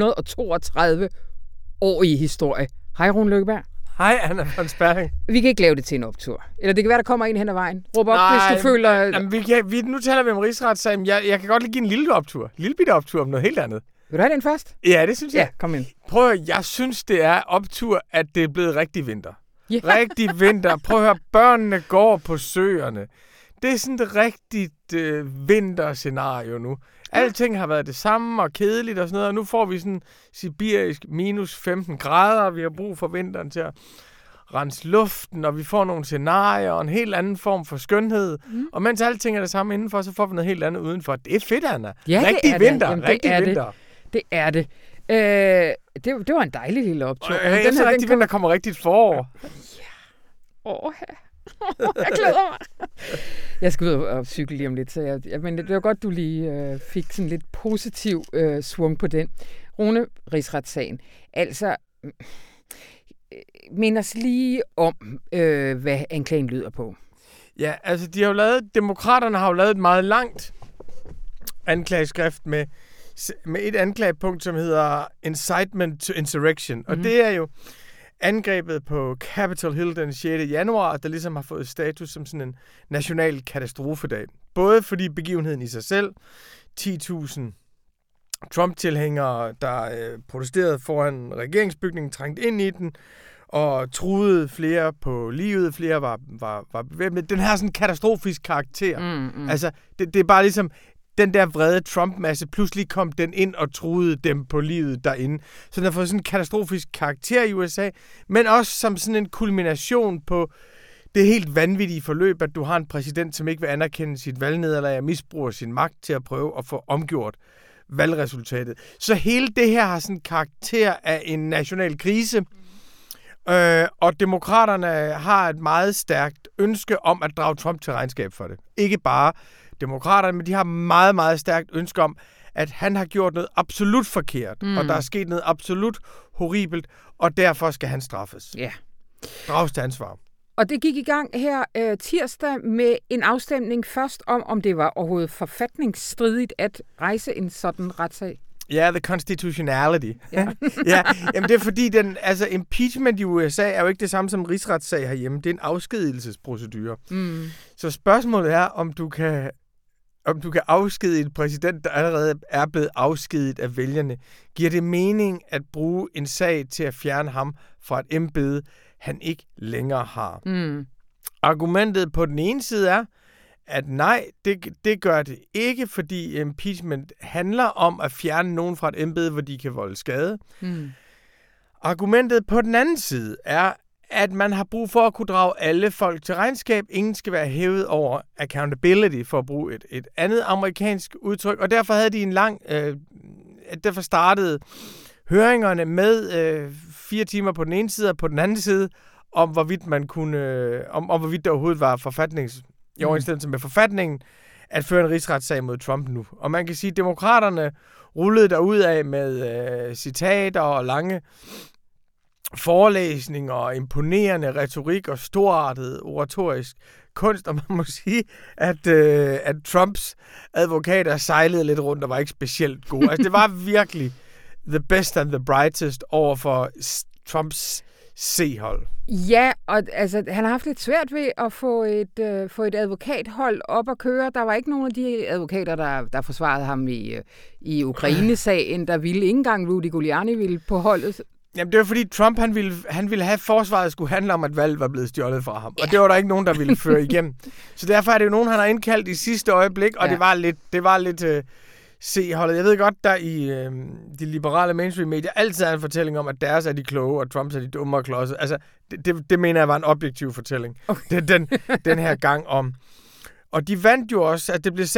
232-årige historie. Hej, Rune Lykkeberg. Hej, Anna von Sperring. Vi kan ikke lave det til en optur. Eller det kan være, der kommer en hen ad vejen. Råb op, hvis du føler... Jamen, nu taler vi om rigsretssagen. Jeg kan godt lige give en lille optur. Lille bitte optur om noget helt andet. Vil du have den først? Ja, det synes jeg. Ja, kom ind. Prøv at, jeg synes, det er optur, at det er blevet rigtig vinter. Yeah. Rigtig vinter. Prøv at høre, børnene går på søerne. Det er sådan et rigtigt vinterscenario nu. Alting har været det samme og kedeligt og sådan noget, og nu får vi sådan sibirisk minus 15 grader, vi har brug for vinteren til at rense luften, og vi får nogle scenarier og en helt anden form for skønhed. Og mens alting er det samme indenfor, så får vi noget helt andet udenfor. Det er fedt, Anna. Ja, rigtig vinter. Jamen, rigtig vinter. Det er det. Det var en dejlig lille optur. Jeg synes rigtig vinter kommer rigtigt forår. Jeg glæder mig. Jeg skal ud og cykle lige om lidt, så men det var godt, du lige fik sådan lidt positiv svung på den. Rune, rigsretssagen. Altså, mind os lige om, hvad anklagen lyder på. Ja, altså demokraterne har jo lavet et meget langt anklageskrift med et anklagepunkt, som hedder Incitement to Insurrection. Og det er jo angrebet på Capitol Hill den 6. januar, der ligesom har fået status som sådan en national katastrofedag. Både fordi begivenheden i sig selv, 10.000 Trump-tilhængere, der protesterede foran regeringsbygningen, trængte ind i den, og truede flere på livet, flere var bevæbnet. Den har sådan en katastrofisk karakter. Altså, det er bare ligesom den der vrede Trump-masse, pludselig kom den ind og truede dem på livet derinde. Så den har fået sådan en katastrofisk karakter i USA, men også som sådan en kulmination på det helt vanvittige forløb, at du har en præsident, som ikke vil anerkende sit valgnederlag og misbruger sin magt til at prøve at få omgjort valgresultatet. Så hele det her har sådan en karakter af en national krise, og demokraterne har et meget stærkt ønske om at drage Trump til regnskab for det. Ikke bare demokraterne, men de har meget, meget stærkt ønske om, at han har gjort noget absolut forkert, og der er sket noget absolut horribelt, og derfor skal han straffes. Ja. Drages til ansvar. Og det gik i gang her tirsdag med en afstemning først om det var overhovedet forfatningsstridigt at rejse en sådan retssag. Ja, the constitutionality. Ja. Ja, jamen det er fordi, impeachment i USA er jo ikke det samme som rigsretssag herhjemme. Det er en afskedigelsesprocedure. Så spørgsmålet er, om du kan afskedige en præsident, der allerede er blevet afskediget af vælgerne. Giver det mening at bruge en sag til at fjerne ham fra et embede, han ikke længere har? Argumentet på den ene side er, at nej, det gør det ikke, fordi impeachment handler om at fjerne nogen fra et embede, hvor de kan volde skade. Argumentet på den anden side er, at man har brug for at kunne drage alle folk til regnskab. Ingen skal være hævet over accountability, for at bruge et andet amerikansk udtryk, og derfor havde de en lang... derfor startede høringerne med 4 timer på den ene side og på den anden side, om hvorvidt man kunne... om hvorvidt der overhovedet var i overensstemmelse med forfatningen, at føre en rigsretssag mod Trump nu. Og man kan sige, at demokraterne rullede derudad med citater og lange forelæsninger og imponerende retorik og storartet oratorisk kunst, og man må sige, at Trumps advokater sejlede lidt rundt og var ikke specielt gode. Altså, det var virkelig the best and the brightest over for Trumps C-hold. Ja, og altså, han har haft lidt svært ved at få et advokathold op at køre. Der var ikke nogen af de advokater, der forsvarede ham i Ukraine-sagen, der ville. Ikke engang Rudy Giuliani ville på holdet. Jamen, det var fordi Trump, han ville have, at forsvaret skulle handle om, at valget var blevet stjålet fra ham. Og det var der ikke nogen, der ville føre igennem. Så derfor er det jo nogen, han har indkaldt i sidste øjeblik, og det var lidt C-holdet. Jeg ved godt, der i de liberale mainstream-medier altid er en fortælling om, at deres er de kloge, og Trumps er de dumme og klodset. Altså, det mener jeg var en objektiv fortælling. Okay. Det er den her gang om. Og de vandt jo også, at det blev 56-44,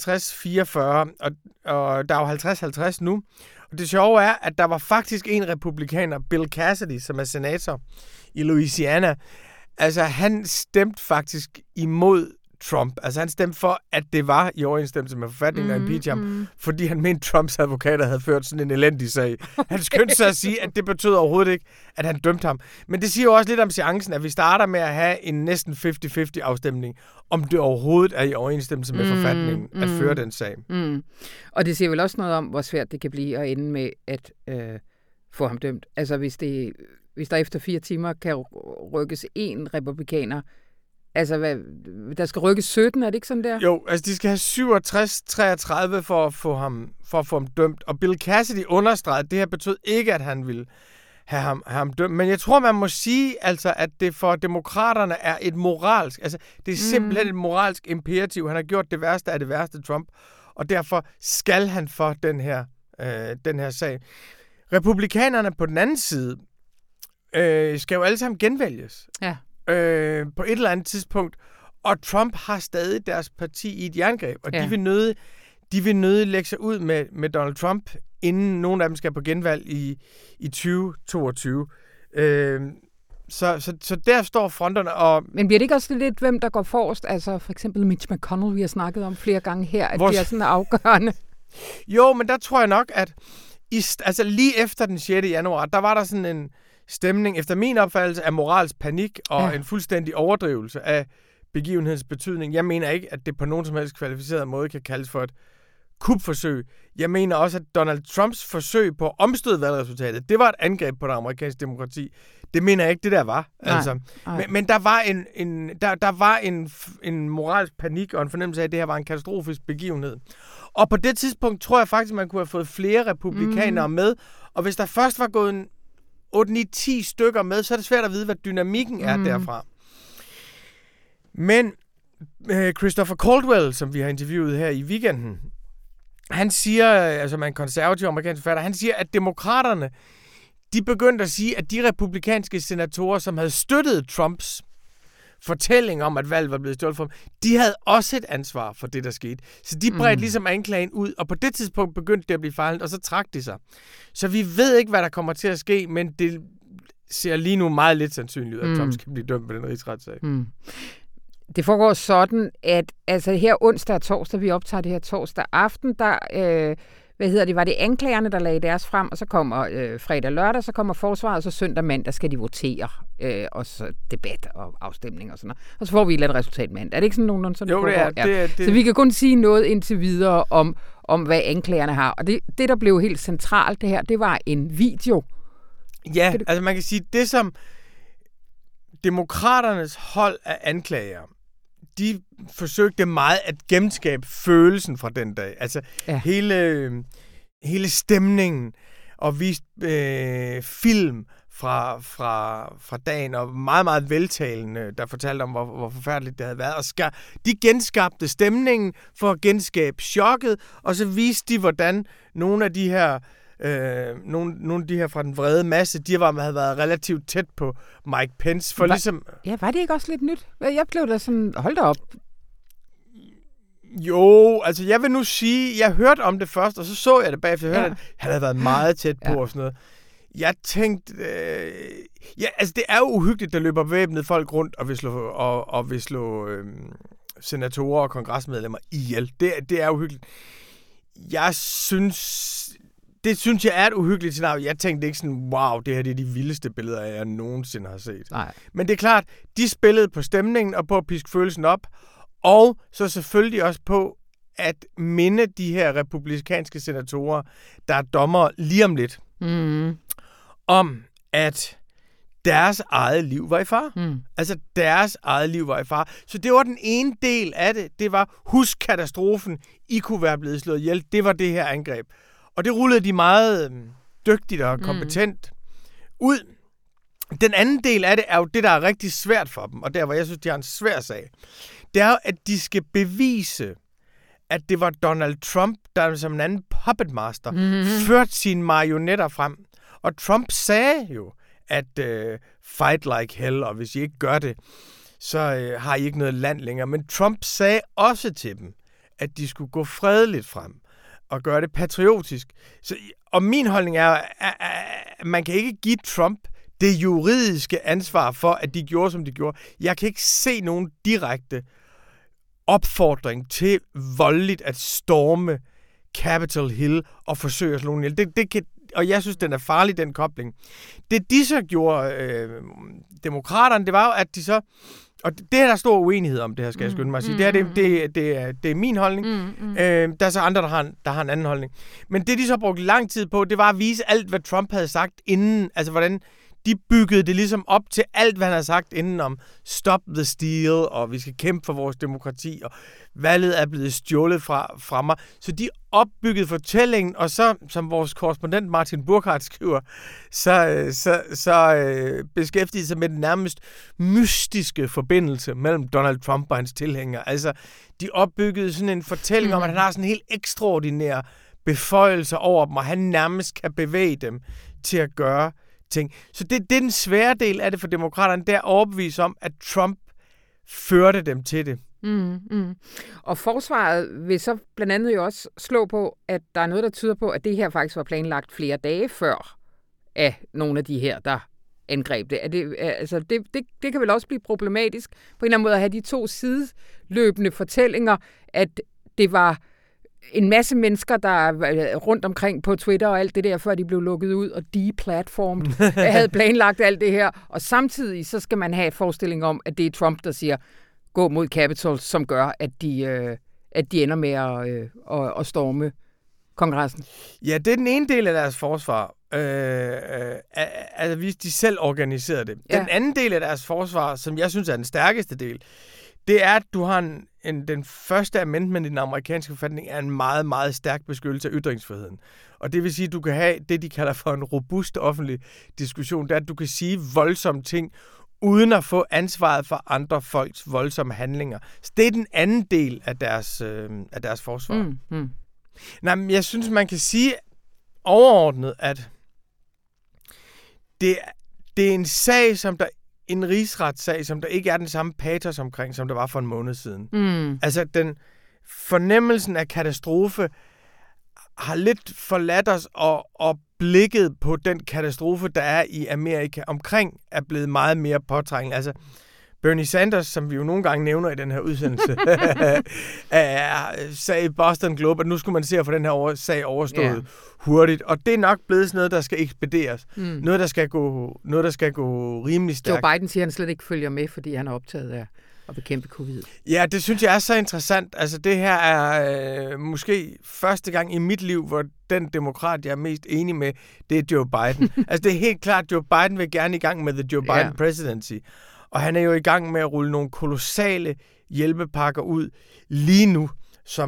og der er jo 50-50 nu. Og det sjove er, at der var faktisk en republikaner, Bill Cassidy, som er senator i Louisiana. Altså, han stemte faktisk imod Trump. Altså, han stemte for, at det var i overensstemmelse med forfatningen af impeach ham, fordi han mente, Trumps advokater havde ført sådan en elendig sag. Han skyndte sig at sige, at det betød overhovedet ikke, at han dømte ham. Men det siger jo også lidt om seancen, at vi starter med at have en næsten 50-50 afstemning, om det overhovedet er i overensstemmelse med forfatningen at føre den sag. Og det siger vel også noget om, hvor svært det kan blive at ende med at få ham dømt. Altså, hvis der efter 4 timer kan rykkes en republikaner. Altså, der skal rykkes 17, er det ikke sådan der? Jo, altså de skal have 67-33 for at få ham dømt. Og Bill Cassidy understregede, at det her betød ikke, at han ville have ham dømt. Men jeg tror, man må sige, altså, at det for demokraterne er et moralsk... Altså, det er simpelthen et moralsk imperativ. Han har gjort det værste af det værste, Trump. Og derfor skal han for den her sag. Republikanerne på den anden side skal jo alle sammen genvælges. Ja. På et eller andet tidspunkt, og Trump har stadig deres parti i et jerngreb, og de vil nødig lægge sig ud med Donald Trump, inden nogen af dem skal på genvalg i 2022. Så der står fronterne. Men bliver det ikke også lidt, hvem der går forrest? Altså for eksempel Mitch McConnell, vi har snakket om flere gange her, at det er sådan afgørende. Jo, men der tror jeg nok, at lige efter den 6. januar, der var der sådan stemning, efter min opfattelse, af moralsk panik og en fuldstændig overdrivelse af begivenhedens betydning. Jeg mener ikke, at det på nogen som helst kvalificeret måde kan kaldes for et kupforsøg. Jeg mener også, at Donald Trumps forsøg på at omstøde valgresultatet, det var et angreb på det amerikanske demokrati. Det mener jeg ikke, det der var. Altså. Men der var en moralsk panik og en fornemmelse af, at det her var en katastrofisk begivenhed. Og på det tidspunkt tror jeg faktisk, man kunne have fået flere republikanere med. Og hvis der først var gået 8-9-10 stykker med, så er det svært at vide, hvad dynamikken er derfra. Men Christopher Caldwell, som vi har interviewet her i weekenden, han siger, altså man er en konservativ amerikansk forfatter, han siger, at demokraterne, de begyndte at sige, at de republikanske senatorer, som havde støttet Trumps fortælling om, at valget var blevet stjålet for dem, de havde også et ansvar for det, der skete. Så de bredte ligesom anklagen ud, og på det tidspunkt begyndte det at blive fejlet, og så trak de sig. Så vi ved ikke, hvad der kommer til at ske, men det ser lige nu meget lidt sandsynligt ud, at Trump skal blive dømt på den rigsretssag. Det foregår sådan, at altså her onsdag og torsdag, vi optager det her torsdag aften, der var det anklagerne, der lagde deres frem, og så kommer fredag og lørdag, så kommer forsvaret, og så søndag mandag skal de votere, og så debat og afstemning og sådan noget. Og så får vi et eller andet resultat mandag. Er det ikke sådan nogenlunde sådan? Jo, det er. Det. Så vi kan kun sige noget indtil videre om hvad anklagerne har. Og det, der blev helt centralt det her, det var en video. Ja, altså man kan sige, det som demokraternes hold af anklager, de forsøgte meget at genskabe følelsen fra den dag. Altså hele stemningen og vist film fra dagen, og meget, meget veltalende, der fortalte om, hvor forfærdeligt det havde været. Og de genskabte stemningen for at genskabe chokket, og så viste de, hvordan nogle af de her fra den vrede masse, de havde været relativt tæt på Mike Pence. For ligesom... Ja, var det ikke også lidt nyt? Jeg blev da sådan, hold da op. Jo, altså jeg vil nu sige, jeg hørte om det først, og så jeg det bagefter. Jeg hørte, at han havde været meget tæt på og sådan noget. Jeg tænkte, altså det er jo uhyggeligt, der løber bevæbnede folk rundt og vil slå senatorer og kongresmedlemmer ihjel. Det er uhyggeligt. Det synes jeg er et uhyggeligt scenarie. Jeg tænkte ikke sådan, wow, det her det er de vildeste billeder, jeg nogensinde har set. Nej. Men det er klart, de spillede på stemningen og på at piske følelsen op, og så selvfølgelig også på at minde de her republikanske senatorer, der er dommer lige om lidt, om at deres eget liv var i fare. Altså deres eget liv var i fare. Så det var den ene del af det. Det var, husk katastrofen, I kunne være blevet slået ihjel. Det var det her angreb. Og det rullede de meget dygtigt og kompetent ud. Den anden del af det er jo det, der er rigtig svært for dem, og der, hvor jeg synes, de har en svær sag. Det er jo, at de skal bevise, at det var Donald Trump, der som en anden puppet master førte sine marionetter frem. Og Trump sagde jo, at fight like hell, og hvis I ikke gør det, så har I ikke noget land længere. Men Trump sagde også til dem, at de skulle gå fredeligt frem og gøre det patriotisk. Og min holdning er, at man kan ikke give Trump det juridiske ansvar for, at de gjorde, som de gjorde. Jeg kan ikke se nogen direkte opfordring til voldeligt at storme Capitol Hill og forsøge at slå nogen ihjel. Og jeg synes, den er farlig, den kobling. Det de så gjorde, demokraterne, det var jo, at de så... Og det er der stor uenighed om, det her skal jeg skynde mig at sige. Det er min holdning. Der er så andre, der har en anden holdning. Men det, de så brugte lang tid på, det var at vise alt, hvad Trump havde sagt inden. Altså, hvordan de byggede det ligesom op til alt, hvad han havde sagt inden om stop the steal, og vi skal kæmpe for vores demokrati, og valget er blevet stjålet fra mig. Så de opbyggede fortællingen, og så, som vores korrespondent Martin Burkhardt skriver, så beskæftigede sig med den nærmest mystiske forbindelse mellem Donald Trump og hans tilhængere. Altså, de opbyggede sådan en fortælling om, at han har sådan en helt ekstraordinær beføjelse over dem, og han nærmest kan bevæge dem til at gøre ting. Så det er den svære del af det for demokraterne, der er overbevist om, at Trump førte dem til det. Og forsvaret vil så blandt andet jo også slå på, at der er noget, der tyder på, at det her faktisk var planlagt flere dage før af nogle af de her, der angreb det. Det kan vel også blive problematisk på en eller anden måde at have de to sideløbende fortællinger, at det var en masse mennesker, der er rundt omkring på Twitter og alt det der, før de blev lukket ud og deplatformet, havde planlagt alt det her. Og samtidig så skal man have et forestilling om, at det er Trump, der siger, gå mod Capitol, som gør, at de ender med at storme kongressen. Ja, det er den ene del af deres forsvar. Altså, hvis de selv organiserede det. Ja. Den anden del af deres forsvar, som jeg synes er den stærkeste del, det er, at du har den første amendment i den amerikanske forfatning er en meget, meget stærk beskyttelse af ytringsfriheden. Og det vil sige, at du kan have det, de kalder for en robust offentlig diskussion. Det er, at du kan sige voldsomme ting, uden at få ansvaret for andre folks voldsomme handlinger. Så det er den anden del af deres forsvar. Nej, men jeg synes, man kan sige overordnet, at det er en sag, en rigsretssag, som der ikke er den samme patos omkring, som der var for en måned siden. Altså, fornemmelsen af katastrofe har lidt forladt os, og blikket på den katastrofe, der er i Amerika omkring, er blevet meget mere påtrængende. Altså, Bernie Sanders, som vi jo nogle gange nævner i den her udsendelse, sagde i Boston Globe, at nu skulle man se at få den her sag overstået hurtigt. Og det er nok blevet sådan noget, der skal ekspederes. Noget, der skal gå rimelig stærkt. Joe Biden siger, at han slet ikke følger med, fordi han er optaget af at bekæmpe covid. Ja, det synes jeg er så interessant. Altså, det her er måske første gang i mit liv, hvor den demokrat, jeg er mest enig med, det er Joe Biden. Altså, det er helt klart, at Joe Biden vil gerne i gang med the Joe Biden presidency. Og han er jo i gang med at rulle nogle kolossale hjælpepakker ud lige nu, som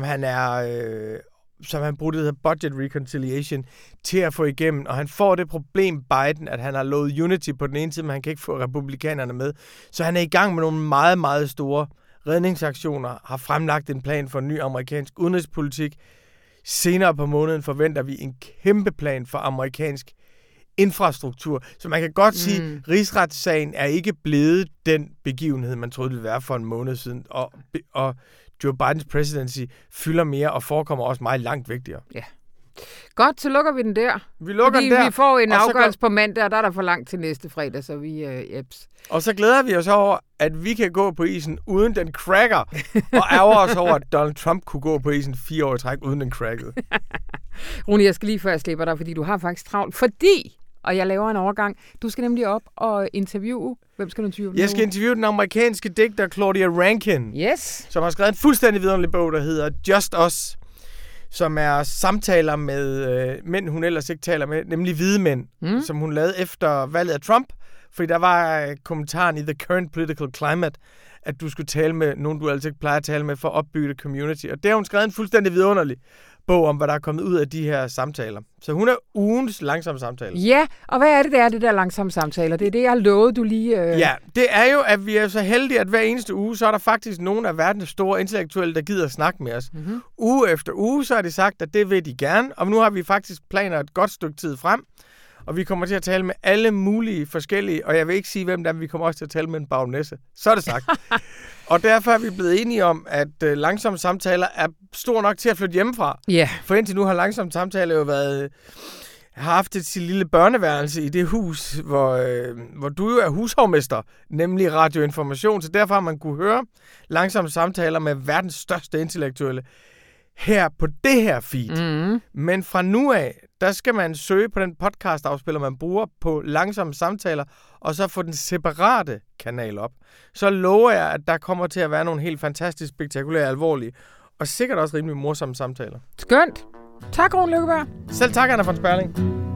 han bruger det hedder budget reconciliation til at få igennem. Og han får det problem, Biden, at han har lovet unity på den ene side, men han kan ikke få republikanerne med. Så han er i gang med nogle meget, meget store redningsaktioner, har fremlagt en plan for en ny amerikansk udenrigspolitik. Senere på måneden forventer vi en kæmpe plan for amerikansk infrastruktur. Så man kan godt sige, at rigsretssagen er ikke blevet den begivenhed, man troede, det ville være for en måned siden. Og Joe Bidens presidency fylder mere og forekommer også meget langt vigtigere. Ja. Godt, så lukker vi den der. Vi lukker den der. Vi får en afgørelse på mandag, og der er der for langt til næste fredag, så vi jeps. Og så glæder vi os over, at vi kan gå på isen uden den cracker, og ærger os over, at Donald Trump kunne gå på isen 4 år i træk uden den crackede. Rune, jeg skal lige før jeg slipper dig, fordi du har faktisk travlt. Og jeg laver en overgang. Du skal nemlig op og interviewe. Hvem skal du interviewe? Jeg skal interviewe den amerikanske digter Claudia Rankine. Yes. Som har skrevet en fuldstændig vidunderlig bog, der hedder Just Us. Som er samtaler med mænd, hun ellers ikke taler med, nemlig hvide mænd. Som hun lavede efter valget af Trump. Fordi der var kommentaren i The Current Political Climate, at du skulle tale med nogen, du altså ikke plejer at tale med, for at opbygge et community. Og der har hun skrevet en fuldstændig vidunderlig bog om, hvad der er kommet ud af de her samtaler. Så hun er ugens langsomme samtaler. Ja, og hvad er det der langsomme samtaler? Det er det, jeg har lovet, du lige... Ja, det er jo, at vi er så heldige, at hver eneste uge, så er der faktisk nogle af verdens store intellektuelle, der gider at snakke med os. Uge efter uge, så har de sagt, at det vil de gerne. Og nu har vi faktisk planer et godt stykke tid frem. Og vi kommer til at tale med alle mulige forskellige, og jeg vil ikke sige, hvem der er, men vi kommer også til at tale med en bagnæsse. Så er det sagt. Og derfor er vi blevet enige om, at langsomme samtaler er stor nok til at flytte hjemmefra. Yeah. For indtil nu har langsomme samtaler jo har haft sit lille børneværelse i det hus, hvor du jo er hushovmester, nemlig radioinformation. Så derfor har man kunne høre langsomme samtaler med verdens største intellektuelle her på det her feed. Men fra nu af, der skal man søge på den podcast-afspiller, man bruger på langsomme samtaler, og så få den separate kanal op. Så lover jeg, at der kommer til at være nogle helt fantastisk, spektakulære, alvorlige, og sikkert også rimelig morsomme samtaler. Skønt. Tak, Rune Lykkeberg. Selv tak, Anna von Sperling.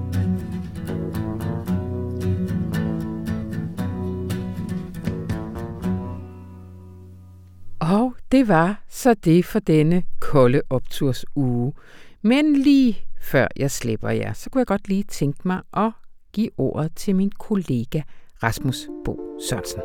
Og det var så det for denne kolde optursuge. Men lige før jeg slipper jer, så kunne jeg godt lige tænke mig at give ordet til min kollega Rasmus Bo Sørensen.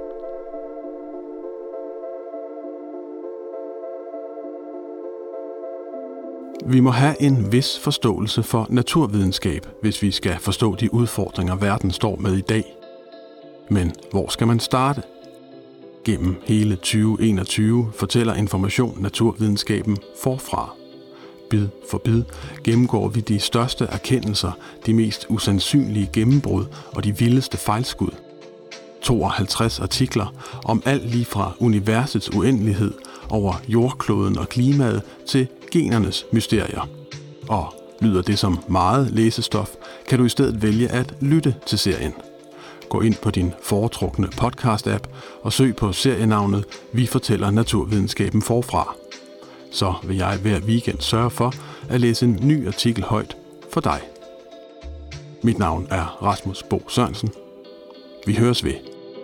Vi må have en vis forståelse for naturvidenskab, hvis vi skal forstå de udfordringer, verden står med i dag. Men hvor skal man starte? Gennem hele 2021 fortæller Information naturvidenskaben forfra. Bid for bid gennemgår vi de største erkendelser, de mest usandsynlige gennembrud og de vildeste fejlskud. 52 artikler om alt lige fra universets uendelighed over jordkloden og klimaet til Genernes mysterier. Og lyder det som meget læsestof, kan du i stedet vælge at lytte til serien. Gå ind på din foretrukne podcast-app og søg på serienavnet Vi fortæller naturvidenskaben forfra. Så vil jeg hver weekend sørge for at læse en ny artikel højt for dig. Mit navn er Rasmus Bo Sørensen. Vi høres ved.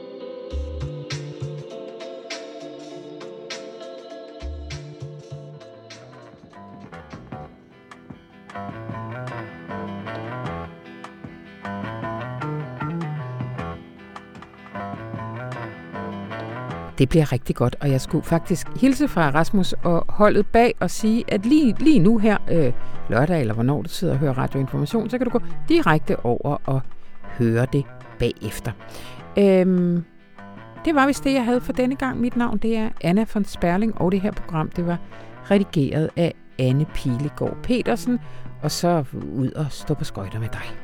Det bliver rigtig godt, og jeg skulle faktisk hilse fra Rasmus og holdet bag og sige, at lige nu her, lørdag eller hvornår du sidder og hører radioinformation, så kan du gå direkte over og høre det bagefter. Det var vist det, jeg havde for denne gang. Mit navn, det er Anna von Sperling, og det her program, det var redigeret af Anne Pilegaard Petersen, og så ud og stå på skøjter med dig.